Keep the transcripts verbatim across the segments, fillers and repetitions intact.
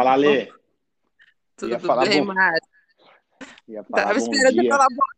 Fala, Bom, Lê. Ia tudo falar bem, bom, Márcio? ia falar Tava bom esperando você dia. falar bom.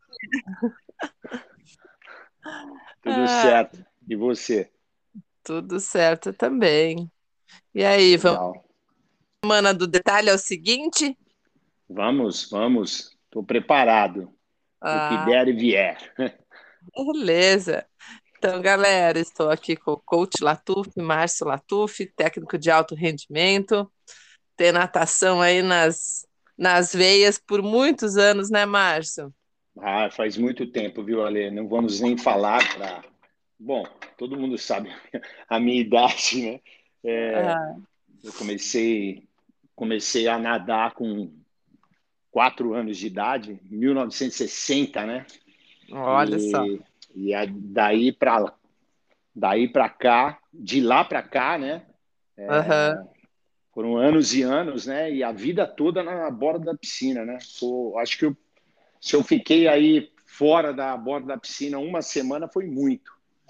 Tudo Ah, certo. E você? tudo certo também. E aí, vamos Legal. semana do detalhe é o seguinte? Vamos, vamos. Estou preparado. O que Ah, der e vier. beleza. Então, galera, estou aqui com o coach Latuf, Márcio Latuf, técnico de alto rendimento. Tem natação aí nas, nas veias por muitos anos, né, Márcio? Ah, faz muito tempo, viu, Ale? Não vamos nem falar para. Bom, todo mundo sabe a minha idade, né? É, Ah, eu comecei, comecei a nadar com quatro anos de idade, em mil novecentos e sessenta, né? olha só. E, e a- daí para daí para cá, de lá para cá, né? Aham. Foram anos e anos, né? E a vida toda na borda da piscina, né? Pô, acho que eu, se eu fiquei aí fora da borda da piscina uma semana foi muito.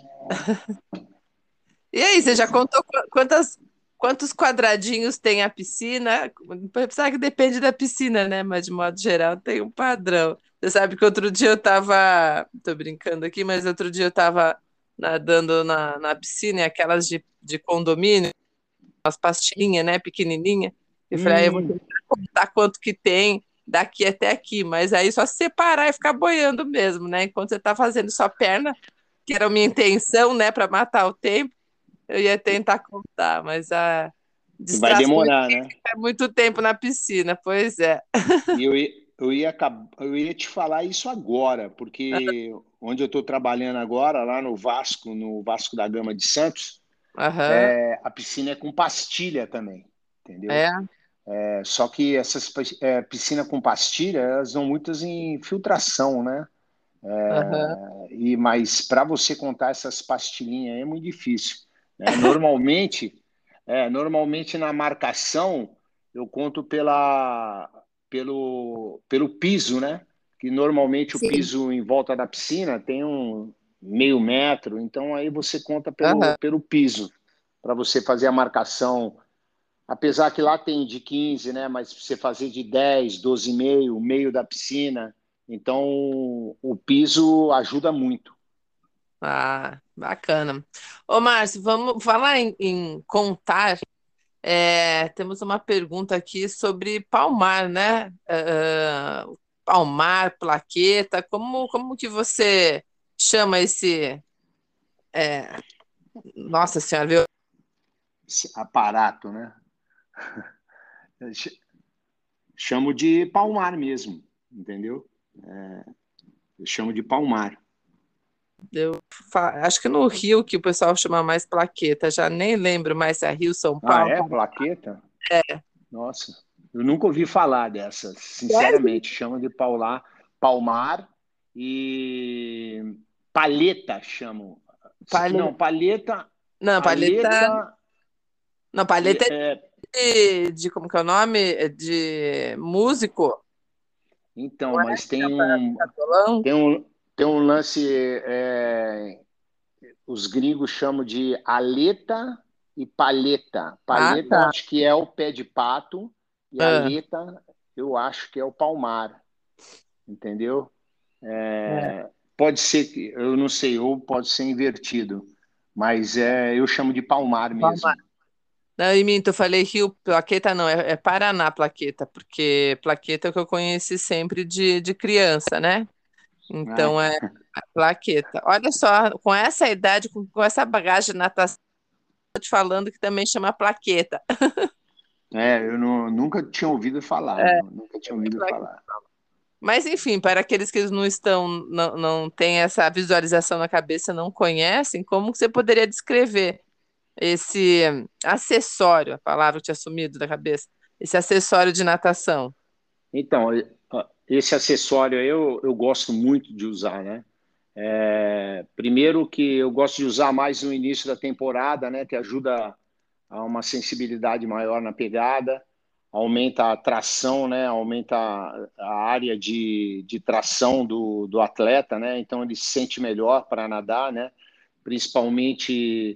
E aí, você já contou qu- quantas, quantos quadradinhos tem a piscina? Apesar que depende da piscina, né? Mas de modo geral tem um padrão. Você sabe que outro dia eu tava, tô brincando aqui, mas outro dia eu tava nadando na, na piscina, e aquelas de, de condomínio, umas pastinhas, né, pequenininha. Eu falei, aí eu vou Hum, tentar contar quanto que tem daqui até aqui, mas aí só se separar e ficar boiando mesmo, né? Enquanto você tá fazendo sua perna, que era a minha intenção, né, para matar o tempo. Eu ia tentar contar, mas a vai distração demorar, né? é muito tempo na piscina, pois é. E eu, ia- eu, ia, acab- eu ia te falar isso agora, porque onde eu estou trabalhando agora, lá no Vasco, no Vasco da Gama de Santos, Aham, é, a piscina é com pastilha também, entendeu? é, É, só que essas é, piscina com pastilha, elas dão muitas em filtração, né? aham. E, mas para você contar essas pastilhinhas aí é muito difícil, né? Normalmente, é, normalmente na marcação eu conto pela, pelo, pelo piso, né? Que normalmente o Sim. piso em volta da piscina tem um meio metro, então aí você conta pelo, Aham. pelo piso para você fazer a marcação. Apesar que lá tem de quinze, né? Mas você fazer de dez, doze e meio, meio da piscina. Então, o piso ajuda muito. Ah, bacana. Ô, Márcio, vamos falar em, em contar. É, temos uma pergunta aqui sobre palmar, né? Ah, palmar, plaqueta, como, como que você chama esse. é, Nossa Senhora, viu? Esse aparato, né? Chamo de palmar mesmo, entendeu? Eu chamo de palmar. Eu fa- acho que no Rio que o pessoal chama mais plaqueta, já nem lembro mais se é Rio, São Ah, Paulo. é? Plaqueta? É. Nossa, eu nunca ouvi falar dessa, Sério? sinceramente. Chama de paular, palmar e palheta chamam. Palhe... Não, palheta, Não, palheta. palheta Não, palheta é, é, é de, de. Como que é o nome? É de músico, então, não é? mas tem Canta um, violão. tem um, tem um lance, é, os gringos chamam de aleta e palheta. Ah, Palheta eu tá. acho que é o pé de pato e Ah, aleta eu acho que é o palmar, entendeu? é. Pode ser que, eu não sei, ou pode ser invertido, mas é, eu chamo de palmar Palmar. mesmo. Não, e minto, eu falei Rio, plaqueta não, é, é Paraná plaqueta, porque plaqueta é o que eu conheci sempre de, de criança, né? Ah, Então é plaqueta. Olha só, com essa idade, com, com essa bagagem de natação, tô te falando que também chama plaqueta. é, eu não- nunca tinha ouvido falar, É, não, nunca tinha ouvido plaqueta. falar. Mas enfim, para aqueles que não estão, não, não têm essa visualização na cabeça, não conhecem, como que você poderia descrever esse acessório, a palavra que tinha sumido da cabeça, esse acessório de natação? Então, esse acessório aí eu, eu gosto muito de usar, né? É, primeiro que eu gosto de usar mais no início da temporada, né? Que ajuda a uma sensibilidade maior na pegada, aumenta a tração, né? Aumenta a, a área de, de tração do, do atleta, né? Então ele se sente melhor para nadar, né? Principalmente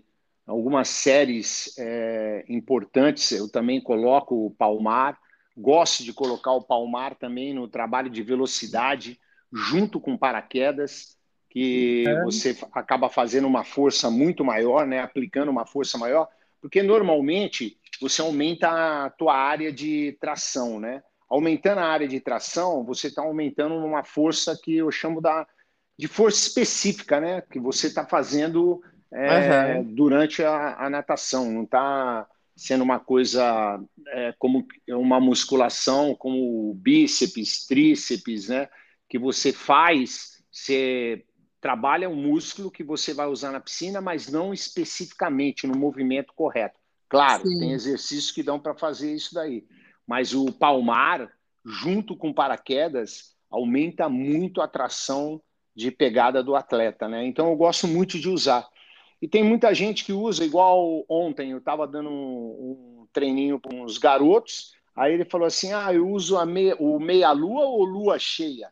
algumas séries é, importantes, eu também coloco o palmar. Gosto de colocar o palmar também no trabalho de velocidade, junto com paraquedas, que você acaba fazendo uma força muito maior, né? Aplicando uma força maior, porque normalmente você aumenta a tua área de tração, né? Aumentando a área de tração, você está aumentando uma força que eu chamo da, de força específica, né? Que você está fazendo é, Aham. durante a, a natação, não está sendo uma coisa é, como uma musculação, como bíceps, tríceps, né? Que você faz, você trabalha um músculo que você vai usar na piscina, mas não especificamente no movimento correto. Claro, tem Sim. exercícios que dão para fazer isso daí, mas o palmar, junto com paraquedas, aumenta muito a tração de pegada do atleta, né? Então eu gosto muito de usar. E tem muita gente que usa, igual ontem, eu estava dando um, um treininho para uns garotos, aí ele falou assim, ah, eu uso a meia, o meia-lua ou lua cheia?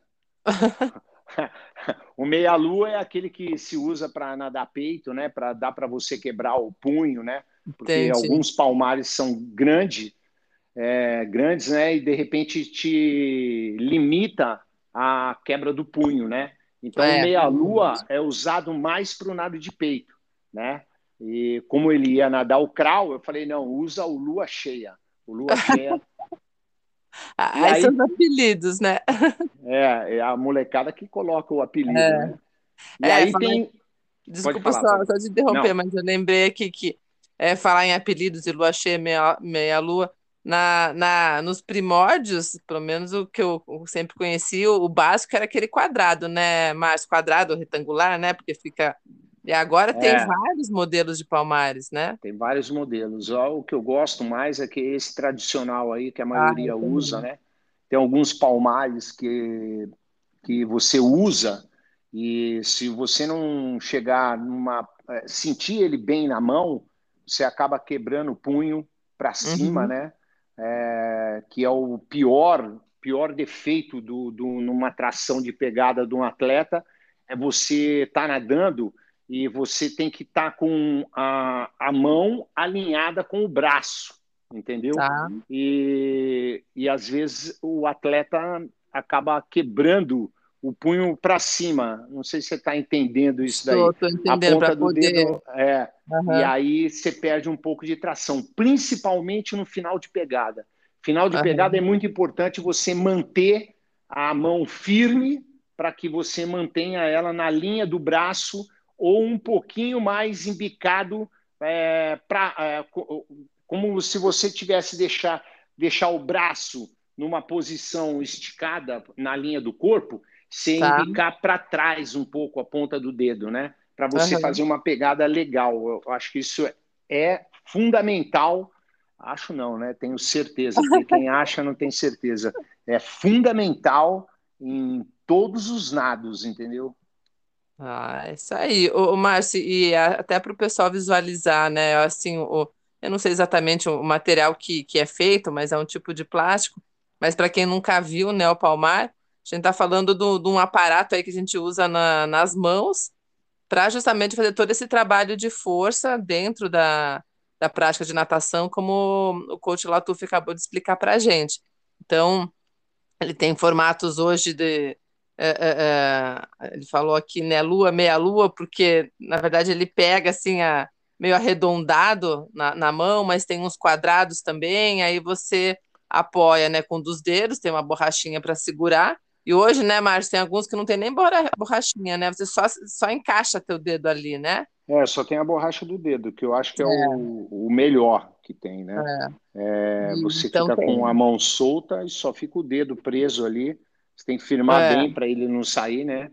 O meia-lua é aquele que se usa para nadar peito, né? Para dar para você quebrar o punho, né? Porque Entendi. alguns palmares são grandes, é, grandes, né? E de repente te limita a quebra do punho, né? Então o É, meia-lua é usado mais para o nado de peito, né? E como ele ia nadar o crawl, eu falei, não, usa o lua cheia. O lua cheia. E aí são aí os apelidos, né? é, é a molecada que coloca o apelido, né? É, E é, aí falar, tem. Pode desculpa falar, só, pode. só te interromper, Não. mas eu lembrei aqui que é, falar em apelidos e lua cheia, meia, meia lua, na, na, nos primórdios, pelo menos o que eu sempre conheci, o, o básico era aquele quadrado, né, Márcio? Quadrado ou retangular, né? Porque fica. E agora tem É, vários modelos de palmares, né? tem vários modelos. Ó, o que eu gosto mais é que esse tradicional aí que a Ah, eu maioria usa, também. né? Tem alguns palmares que, que você usa e se você não chegar numa eh, sentir ele bem na mão, você acaba quebrando o punho para cima, Uhum. né? É, que é o pior pior defeito do, do, numa tração de pegada de um atleta é você estar tá nadando e você tem que estar tá com a, a mão alinhada com o braço, entendeu? Tá. E, e às vezes o atleta acaba quebrando o punho para cima. Não sei se você está entendendo isso daí. Estou, estou A entendendo, para ponta do poder. dedo é. E Aham, aí você perde um pouco de tração, principalmente no final de pegada. Final de pegada é aham. muito importante você manter a mão firme para que você mantenha ela na linha do braço ou um pouquinho mais embicado, é, pra, é, como se você tivesse deixar, deixar o braço numa posição esticada na linha do corpo, você Tá. embicar para trás um pouco a ponta do dedo, né? Para você Aham. fazer uma pegada legal. Eu acho que isso é fundamental. Acho não, né? Tenho certeza, porque quem acha não tem certeza. É fundamental em todos os nados, entendeu? Ah, é isso aí. O, Márcio, e a- até para o pessoal visualizar, né? Assim, o, eu não sei exatamente o material que, que é feito, mas é um tipo de plástico. Mas para quem nunca viu, né, o palmar, a gente está falando do- de um aparato aí que a gente usa na- nas mãos para justamente fazer todo esse trabalho de força dentro da, da prática de natação, como o coach Latuf acabou de explicar para a gente. Então, ele tem formatos hoje de. é, é, é, ele falou aqui, né, lua, meia lua, porque na verdade ele pega assim, a, meio arredondado na, na mão, mas tem uns quadrados também. Aí você apoia, né, com um dos dedos, tem uma borrachinha para segurar. E hoje, né, Márcio, tem alguns que não tem nem borra- borrachinha, né? Você só, só encaixa teu dedo ali, né? É, só tem a borracha do dedo, que eu acho que é É, o, o melhor que tem, né? é. É, E, você então fica com a tem. mão solta e só fica o dedo preso ali. Você tem que firmar É, bem para ele não sair, né?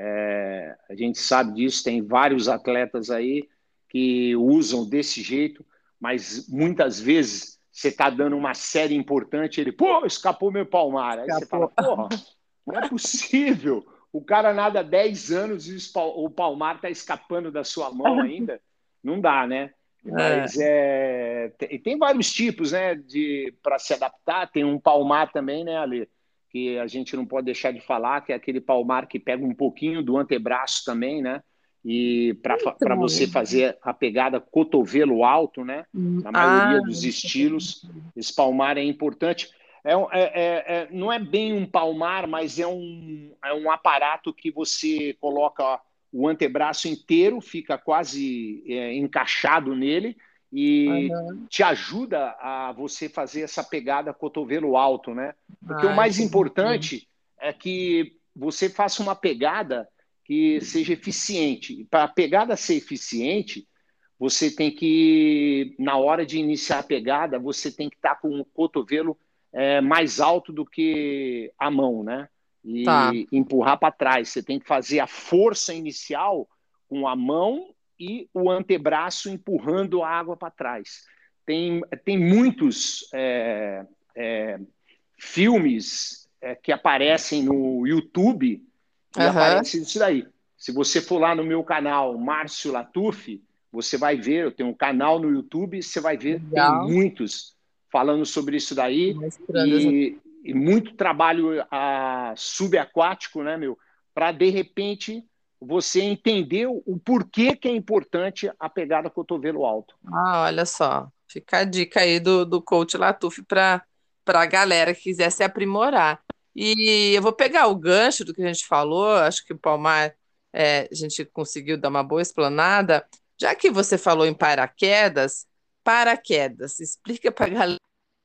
É, a gente sabe disso, tem vários atletas aí que usam desse jeito, mas muitas vezes você está dando uma série importante, ele, pô, escapou meu palmar. Aí você fala, escapou. porra, não é possível. O cara nada há dez anos e o palmar está escapando da sua mão ainda. Não dá, né? É, Mas é, tem, tem vários tipos, né, de para se adaptar. Tem um palmar também, né, Ali, que a gente não pode deixar de falar, que é aquele palmar que pega um pouquinho do antebraço também, né? e para você Então, fazer a pegada cotovelo alto, né? hum, Na ah, maioria dos estilos, esse palmar é importante. É, um- é- é- é- não é bem um palmar, mas é um, é um aparato que você coloca o antebraço inteiro, fica quase é, encaixado nele e aham. te ajuda a você fazer essa pegada cotovelo alto, né? Porque o Ah, mais entendi. importante é que você faça uma pegada que seja eficiente. Para a pegada ser eficiente, você tem que, na hora de iniciar a pegada, você tem que estar com o cotovelo é, mais alto do que a mão, né? Tá. E empurrar para trás. Você tem que fazer a força inicial com a mão e o antebraço empurrando a água para trás. Tem, tem muitos é, é, filmes é, que aparecem no YouTube e Aham. aparece isso daí. Se você for lá no meu canal, Márcio Latuf, você vai ver, eu tenho um canal no YouTube, você vai ver, tem Legal. muitos falando sobre isso daí Mostrando essa. e, e muito trabalho a, subaquático, né, meu? Para, de repente, você entender o porquê que é importante a pegada cotovelo alto. Ah, olha só. Fica a dica aí do, do coach Latuf para para a galera que quiser se aprimorar. E eu vou pegar o gancho do que a gente falou, acho que o Palmar é, a gente conseguiu dar uma boa explanada. Já que você falou em paraquedas, paraquedas, explica para a galera.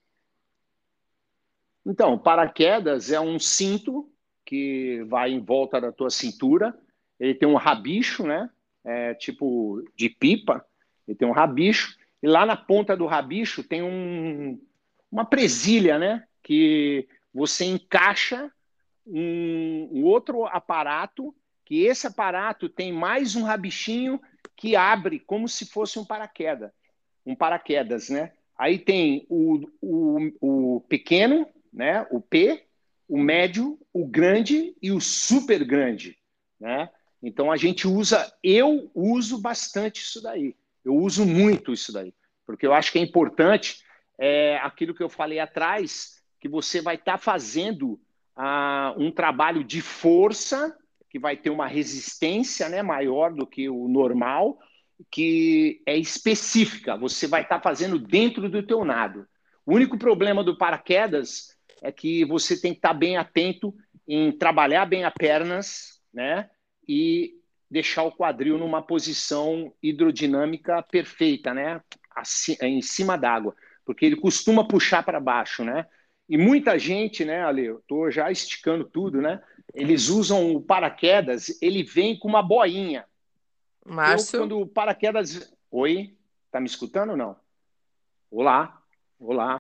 Então, paraquedas é um cinto que vai em volta da tua cintura. Ele tem um rabicho, né? É, tipo de pipa. Ele tem um rabicho. E lá na ponta do rabicho tem um, uma presilha, né? Que você encaixa um, um outro aparato, que esse aparato tem mais um rabichinho que abre como se fosse um paraquedas. Um paraquedas, né? Aí tem o, o, o pequeno, né? O P, o médio, o grande e o super grande, né? Então a gente usa, eu uso bastante isso daí. Eu uso muito isso daí, porque eu acho que é importante é, aquilo que eu falei atrás, que você vai estar tá fazendo ah, um trabalho de força, que vai ter uma resistência, né, maior do que o normal, que é específica, você vai estar tá fazendo dentro do teu nado. O único problema do paraquedas é que você tem que estar tá bem atento em trabalhar bem as pernas, né? E deixar o quadril numa posição hidrodinâmica perfeita, né? Assim, em cima d'água, porque ele costuma puxar para baixo, né? E muita gente, né, Ale, eu estou já esticando tudo, né? Eles usam o paraquedas, ele vem com uma boinha. Eu, Márcio, quando o paraquedas. Oi? Tá me escutando ou não? Olá, olá.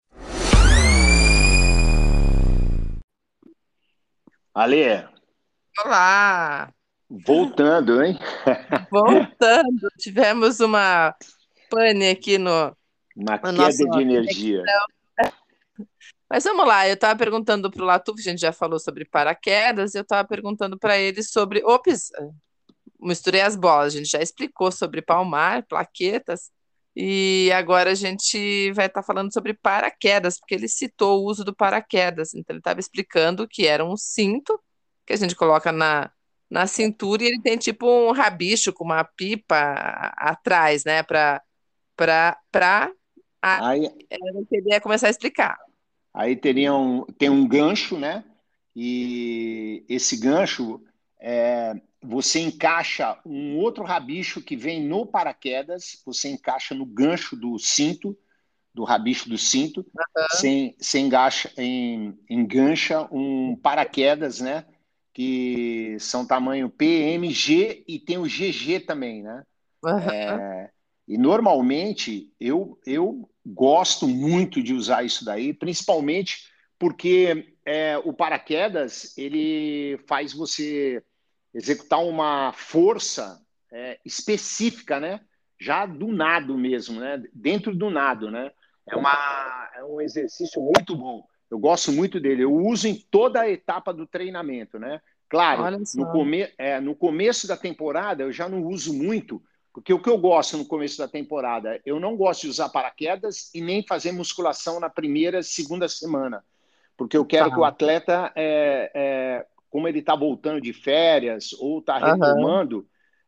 Ale, olá! voltando, hein? Voltando, tivemos uma pane aqui no, Uma no nosso. queda de energia. Mas vamos lá, eu estava perguntando para o Latuf, a gente já falou sobre paraquedas, eu estava perguntando para ele sobre. Ops, misturei as bolas, a gente já explicou sobre palmar, plaquetas, e agora a gente vai estar falando sobre paraquedas, porque ele citou o uso do paraquedas, então ele estava explicando que era um cinto que a gente coloca na, na cintura e ele tem tipo um rabicho com uma pipa a- atrás, né, para para para Aí, eu queria começar a explicar. aí teria um, tem um gancho, né? E esse gancho, é, você encaixa um outro rabicho que vem no paraquedas, você encaixa no gancho do cinto, do rabicho do cinto, você, você engacha, em, engancha um paraquedas, né? Que são tamanho P, M, G e tem o G G também, né? Aham. E normalmente eu, eu gosto muito de usar isso daí, principalmente porque é, o paraquedas ele faz você executar uma força é, específica, né? Já do nado mesmo, né? Dentro do nado, né? É, uma, é um exercício muito bom. Eu gosto muito dele. Eu uso em toda a etapa do treinamento, né? Claro, Olha no, só. come, é, no começo da temporada eu já não uso muito, porque o que eu gosto no começo da temporada, eu não gosto de usar paraquedas e nem fazer musculação na primeira, segunda semana, porque eu Tá. quero que o atleta, é, é, como ele está voltando de férias ou está Aham. retomando,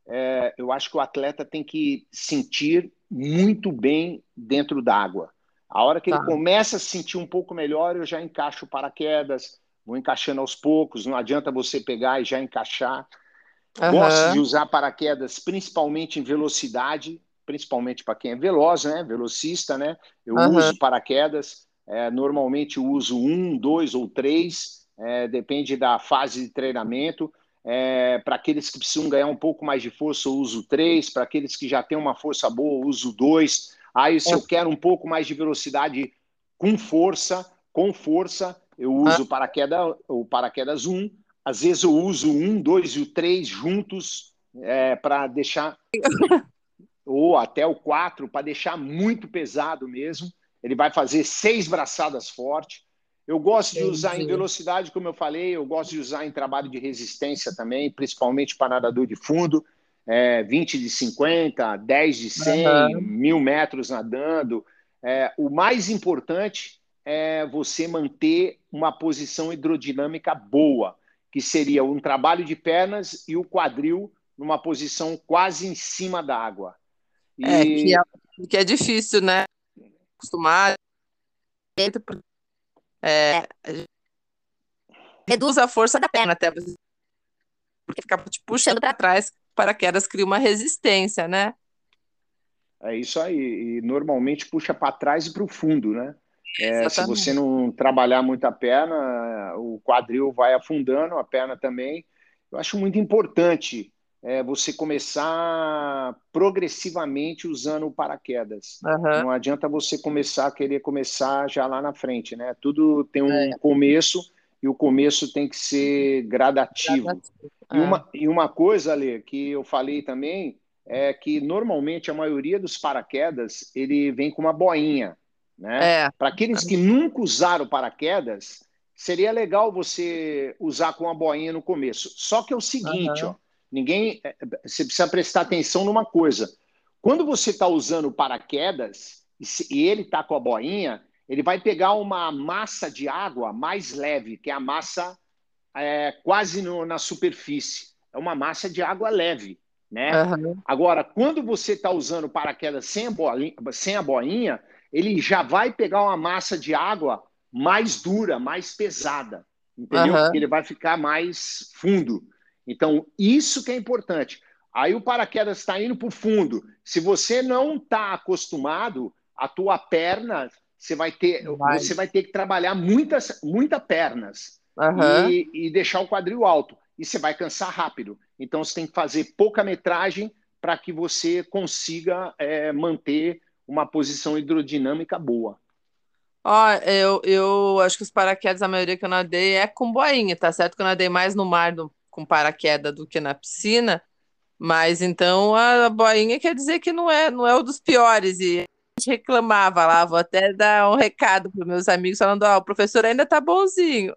é, eu acho que o atleta tem que sentir muito bem dentro d'água. A hora que ele Tá. começa a se sentir um pouco melhor, eu já encaixo o paraquedas, vou encaixando aos poucos, não adianta você pegar e já encaixar. Gosto de Aham, usar paraquedas principalmente em velocidade, principalmente para quem é veloz, né? Velocista, né? Eu aham. uso paraquedas, é, normalmente eu uso um, dois ou três, é, depende da fase de treinamento. É, para aqueles que precisam ganhar um pouco mais de força, eu uso três. Para aqueles que já têm uma força boa, eu uso dois. Aí, se eu quero um pouco mais de velocidade com força, com força, eu uso o paraquedas, o paraquedas um. Às vezes eu uso o um, dois e o três juntos é, para deixar, ou até o quatro, para deixar muito pesado mesmo. Ele vai fazer seis braçadas fortes. Eu gosto de usar em Entendi. velocidade, como eu falei, eu gosto de usar em trabalho de resistência também, principalmente para nadador de fundo, é, vinte de cinquenta, dez de cem, Aham. mil metros nadando. É, o mais importante é você manter uma posição hidrodinâmica boa, que seria um trabalho de pernas e o quadril numa posição quase em cima da água. É, que é, E que é difícil, né? Acostumar. É, reduz a força da perna até você, porque fica te puxando para trás, paraquedas cria uma resistência, né? é isso aí. E normalmente puxa para trás e para o fundo, né? É, se você Exatamente. não trabalhar muito a perna, o quadril vai afundando, a perna também. Eu acho muito importante é, você começar progressivamente usando o paraquedas. Aham. Não adianta você começar a querer começar já lá na frente, né? Tudo tem um É, começo e o começo tem que ser gradativo. gradativo. E É. uma, e uma coisa, Ale, que eu falei também é que normalmente a maioria dos paraquedas ele vem com uma boinha, né? É. Para aqueles que nunca usaram paraquedas, seria legal você usar com a boinha no começo. Só que é o seguinte, ó, Aham. ninguém, é, você precisa prestar atenção numa coisa. Quando você está usando o paraquedas e, se, e ele está com a boinha, ele vai pegar uma massa de água mais leve, que é a massa é, quase no, na superfície. É uma massa de água leve, né? Aham. Agora, quando você está usando paraquedas sem a, bolinha, sem a boinha, ele já vai pegar uma massa de água mais dura, mais pesada, entendeu? Porque Aham. ele vai ficar mais fundo. Então, isso que é importante. Aí o paraquedas está indo para o fundo. Se você não está acostumado, a tua perna, você vai ter, Vai. você vai ter que trabalhar muitas, muitas pernas Aham. e, e deixar o quadril alto. E você vai cansar rápido. Então você tem que fazer pouca metragem para que você consiga é, manter uma posição hidrodinâmica boa. Ó, eu, eu acho que os paraquedas, a maioria que eu nadei é com boinha, tá certo que eu nadei mais no mar do- com paraquedas do que na piscina, mas então a boinha quer dizer que não é, não é o dos piores, e a gente reclamava lá, vou até dar um recado para meus amigos falando, ó, o professor ainda tá bonzinho.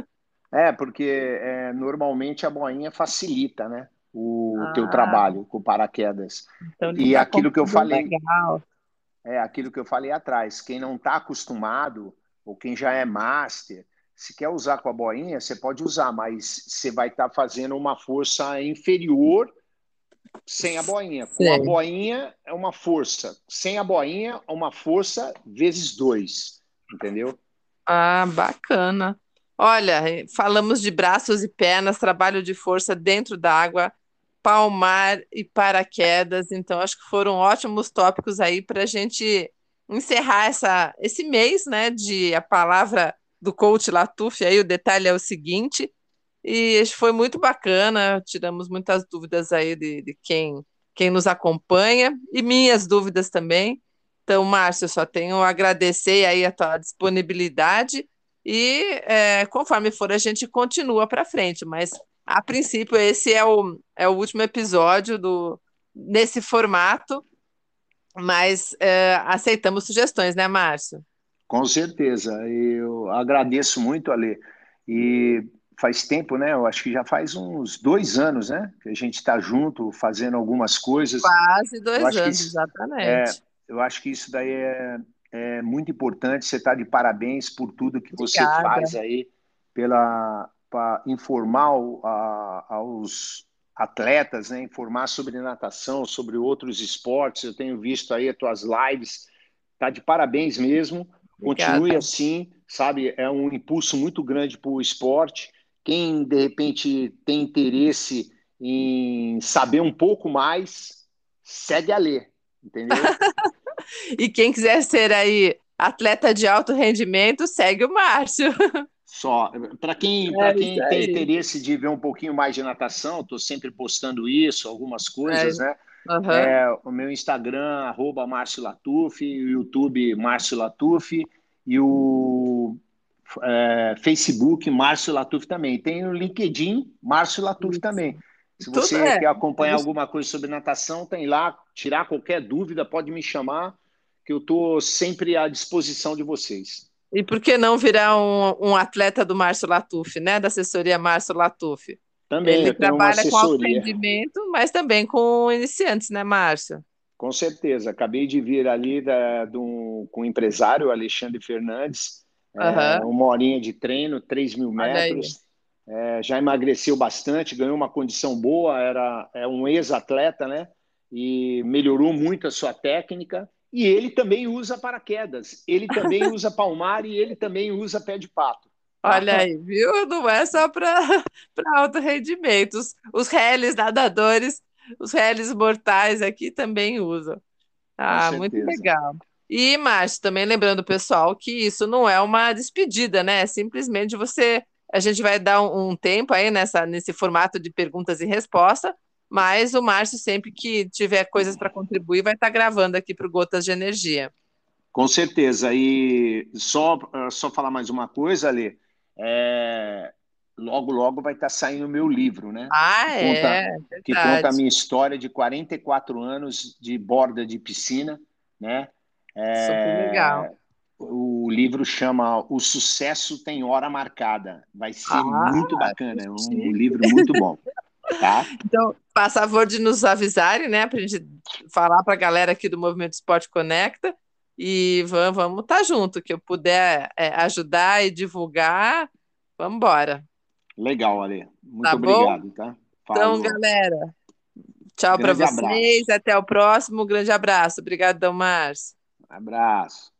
É, porque é, normalmente a boinha facilita, né, o teu Ah, trabalho com paraquedas. então ele E tá aquilo que eu confundindo falei, legal. é aquilo que eu falei atrás, quem não está acostumado, ou quem já é master, se quer usar com a boinha, você pode usar, mas você vai estar tá fazendo uma força inferior sem a boinha. Com a Sei. boinha é uma força, sem a boinha é uma força vezes dois, entendeu? Ah, bacana. Olha, falamos de braços e pernas, trabalho de força dentro da água, palmar e paraquedas. Então, acho que foram ótimos tópicos aí para a gente encerrar essa, esse mês, né, de a palavra do coach Latuf. Aí o detalhe é o seguinte, e acho que foi muito bacana, tiramos muitas dúvidas aí de, de quem, quem nos acompanha e minhas dúvidas também. Então, Márcio, eu só tenho a agradecer aí a tua disponibilidade e é, conforme for a gente continua para frente, mas a princípio esse é o, é o último episódio do, nesse formato, mas é, aceitamos sugestões, né, Márcio? Com certeza. Eu agradeço muito, Ale. E faz tempo, né? Eu acho que já faz uns dois anos, né? Que a gente está junto, fazendo algumas coisas. Quase Eu dois acho que anos, isso, é, exatamente. eu acho que isso daí é, é muito importante. Você está de parabéns por tudo que você Obrigada. faz aí, pela para informar o- a- aos atletas, né? Informar sobre natação, sobre outros esportes. Eu tenho visto aí as tuas lives, tá de parabéns mesmo. Continue Obrigada. assim, sabe? É um impulso muito grande para o esporte. Quem, de repente, tem interesse em saber um pouco mais, segue a Lê, entendeu? E quem quiser ser aí atleta de alto rendimento, segue o Márcio. Só. Para quem, para É isso quem tem aí. interesse de ver um pouquinho mais de natação, estou sempre postando isso, algumas É, coisas, né? aham. É, o meu Instagram, arroba Márcio Latuf, o YouTube Márcio Latuf e o é, Facebook Márcio Latuf também. Tem o LinkedIn Márcio Latuf Isso. também. Se Tudo você é. quer acompanhar Deixa- alguma coisa sobre natação, tem lá. Tirar qualquer dúvida, pode me chamar, que eu estou sempre à disposição de vocês. E por que não virar um, um atleta do Márcio Latuf, né? Da assessoria Márcio Latuf. Também Ele eu tenho uma trabalha com alto assessoria. rendimento, mas também com iniciantes, né, Márcio? Com certeza. Acabei de vir ali da, do, com o empresário Alexandre Fernandes, é, Aham. uma horinha de treino, três mil Olha aí. metros. É, já emagreceu bastante, ganhou uma condição boa, era é um ex-atleta, né? E melhorou muito a sua técnica. E ele também usa paraquedas, ele também usa palmar e ele também usa pé de pato. Tá? Olha aí, viu? Não é só para para alto rendimento. Os, os réis nadadores, os réis mortais aqui também usam. Com Ah, muito certeza. legal. E, Márcio, também lembrando o pessoal que isso não é uma despedida, né? É simplesmente você. A gente vai dar um, um tempo aí nessa, nesse formato de perguntas e respostas, mas o Márcio, sempre que tiver coisas para contribuir, vai estar gravando aqui para o Gotas de Energia. Com certeza. E só, só falar mais uma coisa, Ali. É, logo, logo vai estar saindo o meu livro, né? Ah, Que conta, é, que conta a verdade. minha história de quarenta e quatro anos de borda de piscina, né? Super legal. É, o livro chama O Sucesso Tem Hora Marcada. Vai ser muito Ah, que bacana, é um chique. livro muito bom, tá? Então, faz favor de nos avisarem, né, para a gente falar para a galera aqui do Movimento Esporte Conecta e vamos, vamos estar junto, que eu puder é, ajudar e divulgar, vamos embora, Legal, Ale. Muito tá bom? obrigado, tá? Então, Falou. galera, tchau para Grande vocês, abraço. até o próximo, grande abraço, obrigadão, Márcio. Abraço.